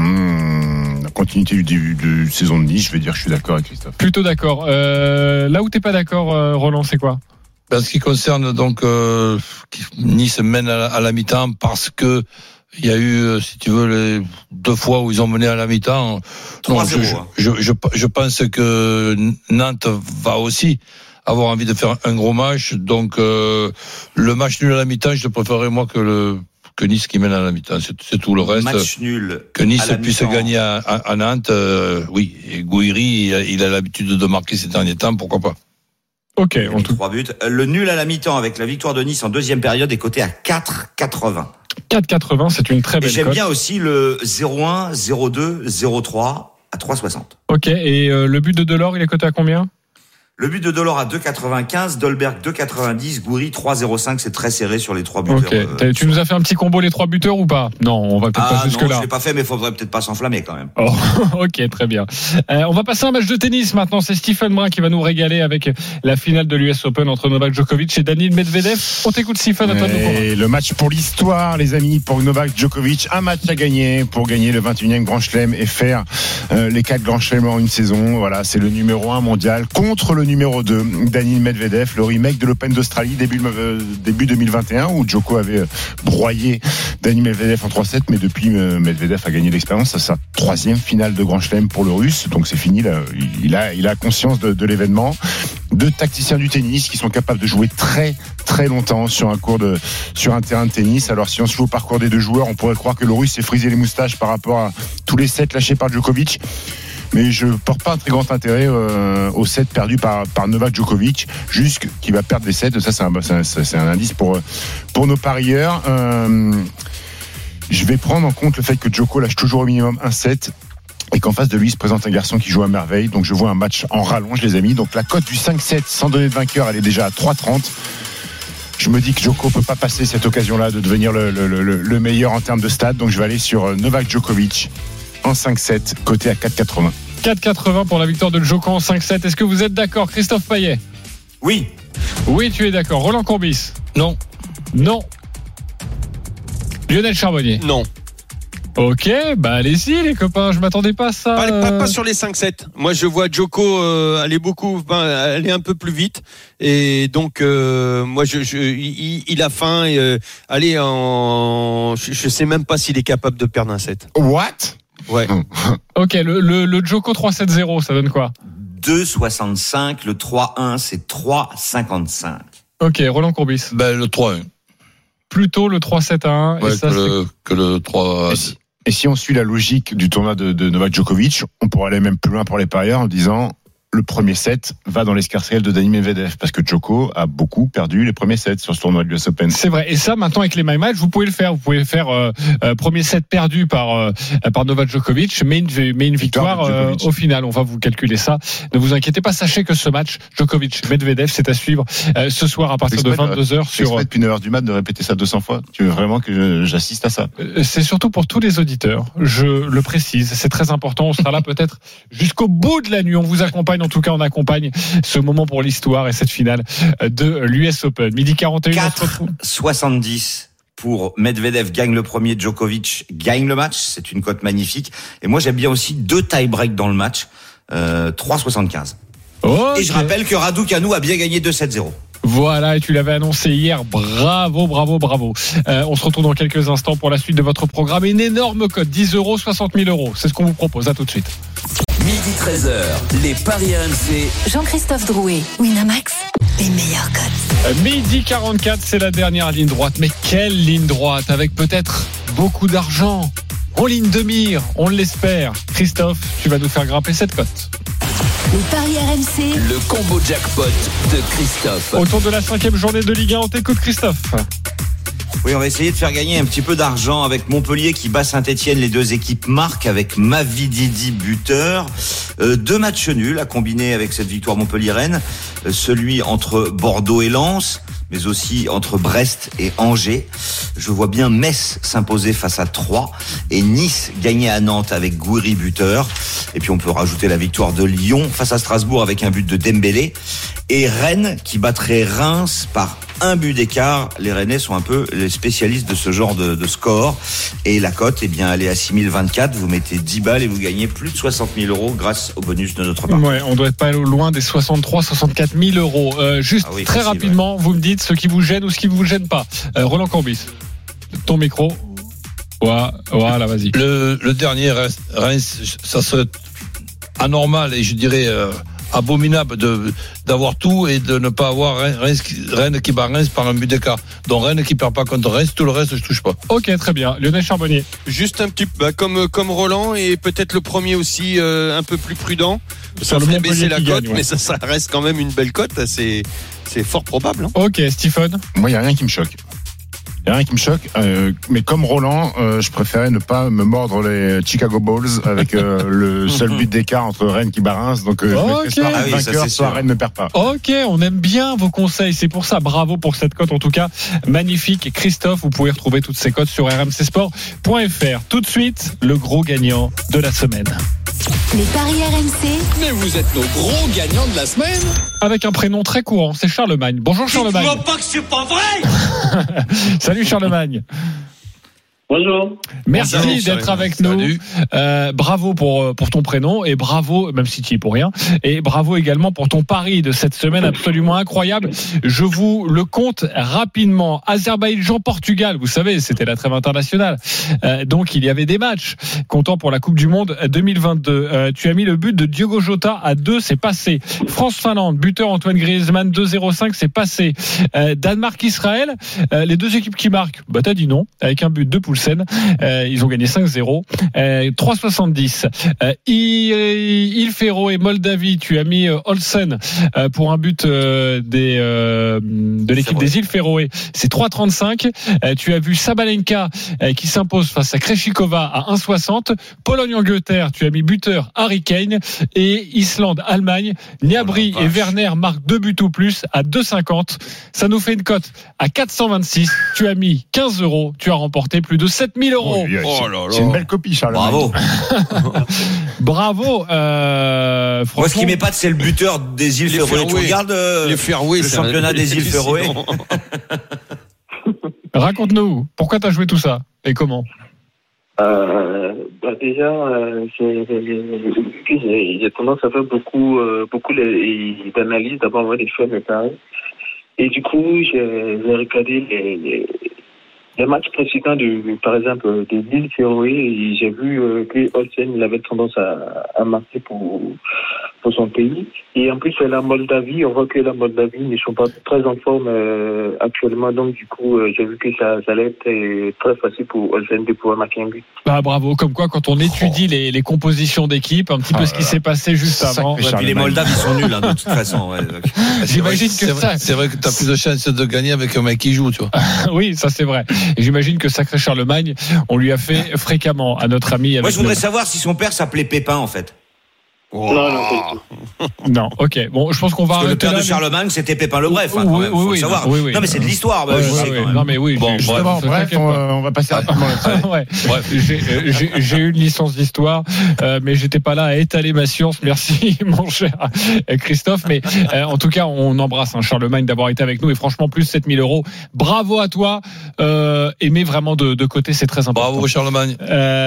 hum, la continuité du début de saison de Nice, je vais dire que je suis d'accord avec Christophe. Plutôt d'accord. Euh, là où t'es pas d'accord, euh, Roland, c'est quoi? En ce qui concerne donc euh, Nice mène à la, à la mi-temps parce que il y a eu, si tu veux, les deux fois où ils ont mené à la mi-temps. trois zéro. Je, je, je, je pense que Nantes va aussi avoir envie de faire un gros match. Donc, euh, le match nul à la mi-temps, je préférerais moi que le que Nice qui mène à la mi-temps. C'est, c'est tout le reste. Match nul. Que Nice puisse mi-temps. gagner à, à, à Nantes, euh, oui. Et Gouiri, il a, il a l'habitude de marquer ces derniers temps, pourquoi pas. Ok, on tout... trois buts. Le nul à la mi-temps avec la victoire de Nice en deuxième période est coté à quatre quatre-vingts. quatre quatre-vingts, c'est une très belle cote. Et j'aime cote. bien aussi le zéro un, zéro deux, zéro trois à trois soixante. Ok, et euh, le but de Delors, il est coté à combien? Le but de Delors à deux quatre-vingt-quinze, Dolberg deux quatre-vingt-dix, Gouiri trois zéro cinq, c'est très serré sur les trois buteurs. Ok, euh, tu nous as fait un petit combo les trois buteurs ou pas? Non, on va peut-être ah, pas jusque non, là. je l'ai pas fait, mais il faudrait peut-être pas s'enflammer quand même. Oh, ok, très bien. Euh, on va passer à un match de tennis maintenant. C'est Stephen Brun qui va nous régaler avec la finale de l'U S Open entre Novak Djokovic et Daniil Medvedev. On t'écoute, Stephen. Et le match pour l'histoire, les amis, pour Novak Djokovic. Un match à gagner pour gagner le vingt et unième Grand Chelem et faire euh, les quatre Grands Chelems en une saison. Voilà, c'est le numéro un mondial contre le numéro deux. Daniil Medvedev, le remake de l'Open d'Australie début, euh, début deux mille vingt et un où Djoko avait broyé Daniil Medvedev en trois sept, mais depuis euh, Medvedev a gagné l'expérience. C'est sa troisième finale de Grand Chelem pour le Russe, donc c'est fini là. Il a, il a conscience de, de l'événement. deux tacticiens du tennis qui sont capables de jouer très très longtemps sur un cours de sur un terrain de tennis. Alors si on se fait au parcours des deux joueurs, on pourrait croire que le Russe s'est frisé les moustaches par rapport à tous les sets lâchés par Djokovic. Mais je porte pas un très grand intérêt euh, au set perdu par, par Novak Djokovic, juste qu'il va perdre des sets. Ça, c'est un, c'est un, c'est un indice pour, pour nos parieurs. Euh, je vais prendre en compte le fait que Djoko lâche toujours au minimum un set et qu'en face de lui se présente un garçon qui joue à merveille. Donc je vois un match en rallonge, les amis. Donc la cote du cinq sept sans donner de vainqueur, elle est déjà à trois trente. Je me dis que Djoko peut pas passer cette occasion-là de devenir le, le, le, le meilleur en termes de stade. Donc je vais aller sur Novak Djokovic en cinq sept, coté à quatre quatre-vingts. quatre quatre-vingts pour la victoire de Djoko en cinq sept. Est-ce que vous êtes d'accord, Christophe Payet? Oui. Oui, tu es d'accord. Roland Courbis? Non. Non. Lionel Charbonnier? Non. Ok, bah allez-y les copains, je m'attendais pas à ça. Pas, pas, pas sur les cinq sept. Moi je vois Djoko euh, aller beaucoup, ben, aller un peu plus vite. Et donc euh, moi je, je il, il a faim. Et, euh, aller en, je, je sais même pas s'il est capable de perdre un set. What? Ouais. Ok, le, le, le Djoko trois sept zéro, ça donne quoi? deux soixante-cinq, le trois un c'est trois cinquante-cinq. Ok, Roland Courbis? Ben le trois un. Plutôt le trois sept un. Ouais, et ça, que, le, que le trois. Et si, et si on suit la logique du tournoi de, de Novak Djokovic, on pourrait aller même plus loin pour les parieurs en disant le premier set va dans l'escarcelle de Dani Medvedev parce que Djoko a beaucoup perdu les premiers sets sur ce tournoi de l'U S Open. C'est vrai. Et ça, maintenant avec les My Match, vous pouvez le faire. Vous pouvez faire euh, euh, premier set perdu par euh, par Novak Djokovic, mais une, mais une victoire euh, au final. On va vous calculer ça. Ne vous inquiétez pas. Sachez que ce match Djokovic-Medvedev, c'est à suivre euh, ce soir à partir de vingt-deux heures sur. Depuis neuf heures du mat de répéter ça deux cents fois. Tu veux vraiment que j'assiste à ça? C'est surtout pour tous les auditeurs. Je le précise. C'est très important. On sera là peut-être jusqu'au bout de la nuit. On vous accompagne. En tout cas, on accompagne ce moment pour l'histoire et cette finale de l'U S Open. Midi quarante et un. quatre soixante-dix pour Medvedev gagne le premier, Djokovic gagne le match. C'est une cote magnifique. Et moi, j'aime bien aussi deux tie-break dans le match. Euh, trois soixante-quinze. Okay. Et je rappelle que Raducanu a bien gagné deux sept zéro. Voilà, et tu l'avais annoncé hier. Bravo, bravo, bravo. Euh, on se retrouve dans quelques instants pour la suite de votre programme. Une énorme cote, dix euros, soixante mille euros. C'est ce qu'on vous propose. À tout de suite. Midi treize heures, les paris R M C. Jean-Christophe Drouet, Winamax, les meilleurs cotes. Euh, midi quarante-quatre, c'est la dernière ligne droite. Mais quelle ligne droite, avec peut-être beaucoup d'argent. En ligne de mire, on l'espère. Christophe, tu vas nous faire grimper cette cote. Les paris R M C. Le combo jackpot de Christophe. Autour de la cinquième journée de Ligue un, on t'écoute Christophe. Oui, on va essayer de faire gagner un petit peu d'argent avec Montpellier qui bat Saint-Etienne. Les deux équipes marquent avec Mavididi buteur. Euh, deux matchs nuls à combiner avec cette victoire Montpellier-Rennes. Euh, celui entre Bordeaux et Lens, mais aussi entre Brest et Angers. Je vois bien Metz s'imposer face à Troyes et Nice gagner à Nantes avec Gouiri buteur. Et puis on peut rajouter la victoire de Lyon face à Strasbourg avec un but de Dembélé. Et Rennes qui battrait Reims par un but d'écart. Les Rennais sont un peu les spécialistes de ce genre de, de score. Et la cote, eh bien, elle est à six mille vingt-quatre. Vous mettez dix balles et vous gagnez plus de soixante mille euros grâce au bonus de notre part. Ouais, on doit être pas loin des soixante-trois, soixante-quatre mille euros. Euh, juste ah oui, très facile, rapidement, ouais. Vous me dites ce qui vous gêne ou ce qui vous gêne pas. Euh, Roland Courbis, ton micro. Ouais, voilà, vas-y. Le, le dernier Reims, ça serait anormal et je dirais euh, abominable de d'avoir tout et de ne pas avoir Reims, Rennes qui bat Reims par un but d'écart. Donc Rennes qui perd pas contre Reims, tout le reste je touche pas. Ok, très bien. Lionel Charbonnier. Juste un petit bah, comme comme Roland et peut-être le premier aussi euh, un peu plus prudent. Ça ferait baisser la cote, ouais. Mais ça, ça reste quand même une belle cote. C'est c'est fort probable. Hein. Ok, Stephen. Moi, il y a rien qui me choque. Il y a rien qui me choque, euh, mais comme Roland, euh, je préférais ne pas me mordre les Chicago Bulls avec euh, le seul but d'écart entre Rennes qui bat Reims. Donc, euh, okay. je soit ah oui, vainqueur, ça, soit Rennes ne perd pas. Ok, on aime bien vos conseils. C'est pour ça, bravo pour cette cote. En tout cas, magnifique. Christophe, vous pouvez retrouver toutes ces cotes sur r m c sport point f r. Tout de suite, le gros gagnant de la semaine. Les paris R M C. Mais vous êtes nos gros gagnants de la semaine. Avec un prénom très courant, c'est Charlemagne. Bonjour Charlemagne. Tu vois pas que c'est pas vrai. Salut Charlemagne. Bonjour. Merci Bonjour, d'être salut. avec nous. Euh, bravo pour pour ton prénom et bravo, même si tu y es pour rien, et bravo également pour ton pari de cette semaine absolument incroyable. Je vous le compte rapidement. Azerbaïdjan-Portugal, vous savez, c'était la trêve internationale. Euh, donc il y avait des matchs comptant pour la Coupe du Monde deux mille vingt-deux. Euh, tu as mis le but de Diogo Jota à deux, c'est passé. France-Finlande, buteur Antoine Griezmann, deux zéro cinq, c'est passé. Euh, Danemark-Israël, euh, les deux équipes qui marquent, bah t'as dit non, avec un but de Poulsen. Euh, ils ont gagné cinq zéro. Euh, trois soixante-dix. Euh, Il Féroé et Moldavie, tu as mis euh, Olsen euh, pour un but euh, des, euh, de l'équipe des îles Féroé. C'est trois trente-cinq. Euh, tu as vu Sabalenka euh, qui s'impose face à Krejcikova à un soixante. Pologne-Angleterre, tu as mis buteur Harry Kane. Et Islande-Allemagne, Gnabry oh et Werner marquent deux buts ou plus à deux cinquante. Ça nous fait une cote à quatre cent vingt-six. Tu as mis quinze euros. Tu as remporté plus de sept mille euros. Oh, oh là là. C'est une belle copie, Charles. Bravo. Bravo. Euh, Moi, ce qui m'épate, c'est le buteur des îles Féroé. Tu regardes euh, les Féroé, le championnat des îles Féroé. Raconte-nous, pourquoi tu as joué tout ça et comment? Euh, bah déjà, euh, j'ai, j'ai, j'ai tendance à faire beaucoup, euh, beaucoup les, d'analyses, d'abord voir des films et pareil. Et du coup, j'ai, j'ai regardé les, les, les matchs précédents, de, par exemple, des îles Féroé, et j'ai vu euh, que Olsen, il avait tendance à, à marquer pour, pour son pays. Et en plus, la Moldavie, on voit que la Moldavie ne sont pas très en forme euh, actuellement. Donc, du coup, euh, j'ai vu que ça, ça allait être euh, très facile pour Olsen de pouvoir marquer un but. Bah, bravo. Comme quoi, quand on étudie oh. les, les compositions d'équipe, un petit peu oh ce qui s'est passé juste avant. Ouais, puis les Moldaves, ils sont nuls, hein, de toute façon. Ouais, donc. J'imagine que c'est ça. Vrai, c'est vrai que tu as plus de chances de gagner avec un mec qui joue, tu vois. Oui, ça c'est vrai. Et j'imagine que sacré Charlemagne, on lui a fait fréquemment à notre ami. Moi, je voudrais le... savoir si son père s'appelait Pépin, en fait. Oh. Non, non, non, ok. Bon, je pense qu'on va Parce que arrêter le père là, de Charlemagne, mais... c'était Pépin le Bref. Hein, oui, quand même, oui, faut oui, savoir. Non, oui, oui, non mais c'est de l'histoire. Bah, ouais, je ouais, sais, ouais. quand même. Non, mais oui. Bon, justement, bref, bref on, on va passer rapidement là-dessus. Ouais. Bref, j'ai, j'ai, j'ai eu une licence d'histoire, euh, mais j'étais pas là à étaler ma science. Merci, mon cher Christophe. Mais euh, en tout cas, on embrasse hein, Charlemagne d'avoir été avec nous et franchement, plus sept mille euros. Bravo à toi. Euh, et mets vraiment de, de côté, c'est très important. Bravo, Charlemagne.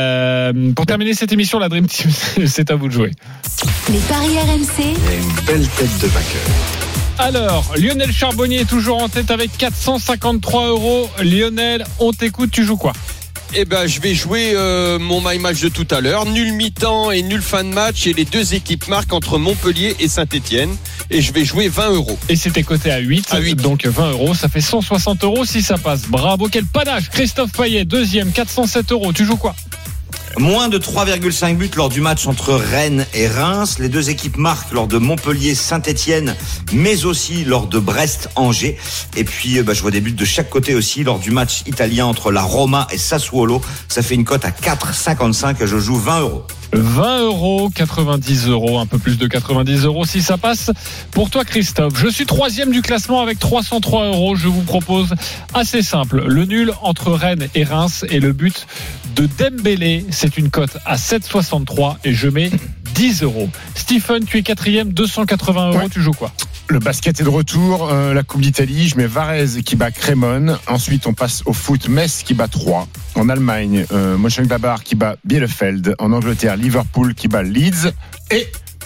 Euh, pour terminer cette émission, la Dream Team, c'est à vous de jouer. Les paris R M C. Et une belle tête de vainqueur. Alors, Lionel Charbonnier est toujours en tête avec quatre cent cinquante-trois euros. Lionel, on t'écoute, tu joues quoi? Eh ben, je vais jouer euh, mon my match de tout à l'heure. Nul mi-temps et nul fin de match. Et les deux équipes marquent entre Montpellier et Saint-Etienne. Et je vais jouer vingt euros. Et c'était coté à huit. À huit. Donc vingt euros. Ça fait cent soixante euros si ça passe. Bravo, quel panache. Christophe Payet, deuxième, quatre cent sept euros. Tu joues quoi? Moins de trois virgule cinq buts lors du match entre Rennes et Reims. Les deux équipes marquent lors de Montpellier-Saint-Etienne, mais aussi lors de Brest-Angers. Et puis, bah, je vois des buts de chaque côté aussi lors du match italien entre la Roma et Sassuolo. Ça fait une cote à quatre virgule cinquante-cinq et je joue vingt euros. vingt euros, quatre-vingt-dix euros, un peu plus de quatre-vingt-dix euros si ça passe. Pour toi, Christophe, je suis troisième du classement avec trois cent trois euros. Je vous propose assez simple. Le nul entre Rennes et Reims et le but de Dembélé. C'est une cote à sept virgule soixante-trois et je mets dix euros. Stephen, tu es quatrième, deux cent quatre-vingts euros. Ouais. Tu joues quoi? Le basket est de retour, euh, la Coupe d'Italie, je mets Varese qui bat Crémone. Ensuite, on passe au foot, Metz qui bat Troyes. En Allemagne, euh, Mönchengladbach qui bat Bielefeld. En Angleterre, Liverpool qui bat Leeds. Et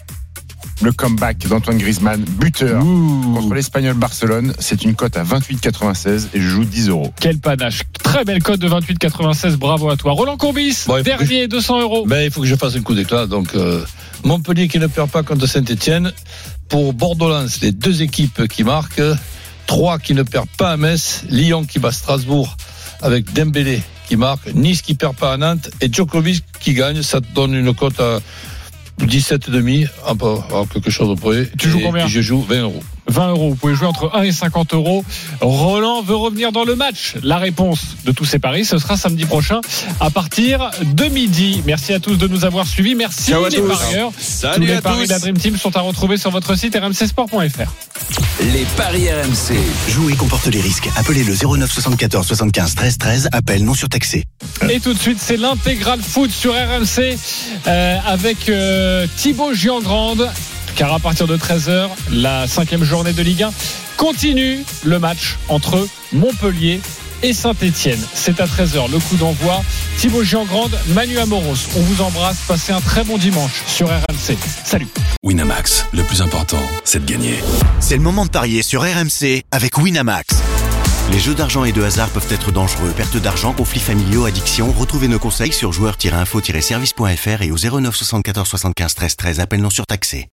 le comeback d'Antoine Griezmann, buteur Ouh. contre l'Espagnol Barcelone. C'est une cote à vingt-huit virgule quatre-vingt-seize et je joue dix euros. Quel panache. Très belle cote de vingt-huit virgule quatre-vingt-seize. Bravo à toi. Roland Courbis, bon, dernier, je... deux cents euros. Ben, il faut que je fasse un coup d'éclat. Donc, euh, Montpellier qui ne perd pas contre Saint-Etienne. Pour Bordeaux-Lens, les deux équipes qui marquent. Troyes qui ne perd pas à Metz. Lyon qui bat Strasbourg avec Dembélé qui marque. Nice qui perd pas à Nantes. Et Djokovic qui gagne. Ça te donne une cote à dix-sept virgule cinq, à quelque chose près. Tu joues combien? Je joue vingt euros. vingt euros. Vous pouvez jouer entre un et cinquante euros. Roland veut revenir dans le match. La réponse de tous ces paris, ce sera samedi prochain à partir de midi. Merci à tous de nous avoir suivis. Merci Ciao les parieurs. Salut tous les à paris tous. de la Dream Team sont à retrouver sur votre site r m c sport point f r. Les paris R M C. Jouer comporte les risques. Appelez le zéro neuf soixante-quatorze soixante-quinze treize treize. Appel non surtaxé. Et tout de suite, c'est l'intégral foot sur R M C euh, avec euh, Thibaut Giangrande. Car à partir de treize heures, la cinquième journée de Ligue un continue le match entre Montpellier et Saint-Etienne. C'est à treize heures le coup d'envoi. Thibaut Giangrande, Manu Amoros. On vous embrasse. Passez un très bon dimanche sur R M C. Salut. Winamax, le plus important, c'est de gagner. C'est le moment de parier sur R M C avec Winamax. Les jeux d'argent et de hasard peuvent être dangereux. Perte d'argent, conflits familiaux, addiction. Retrouvez nos conseils sur joueurs tiret info tiret service point f r et au zéro neuf soixante-quatorze soixante-quinze treize treize. Appel non surtaxé.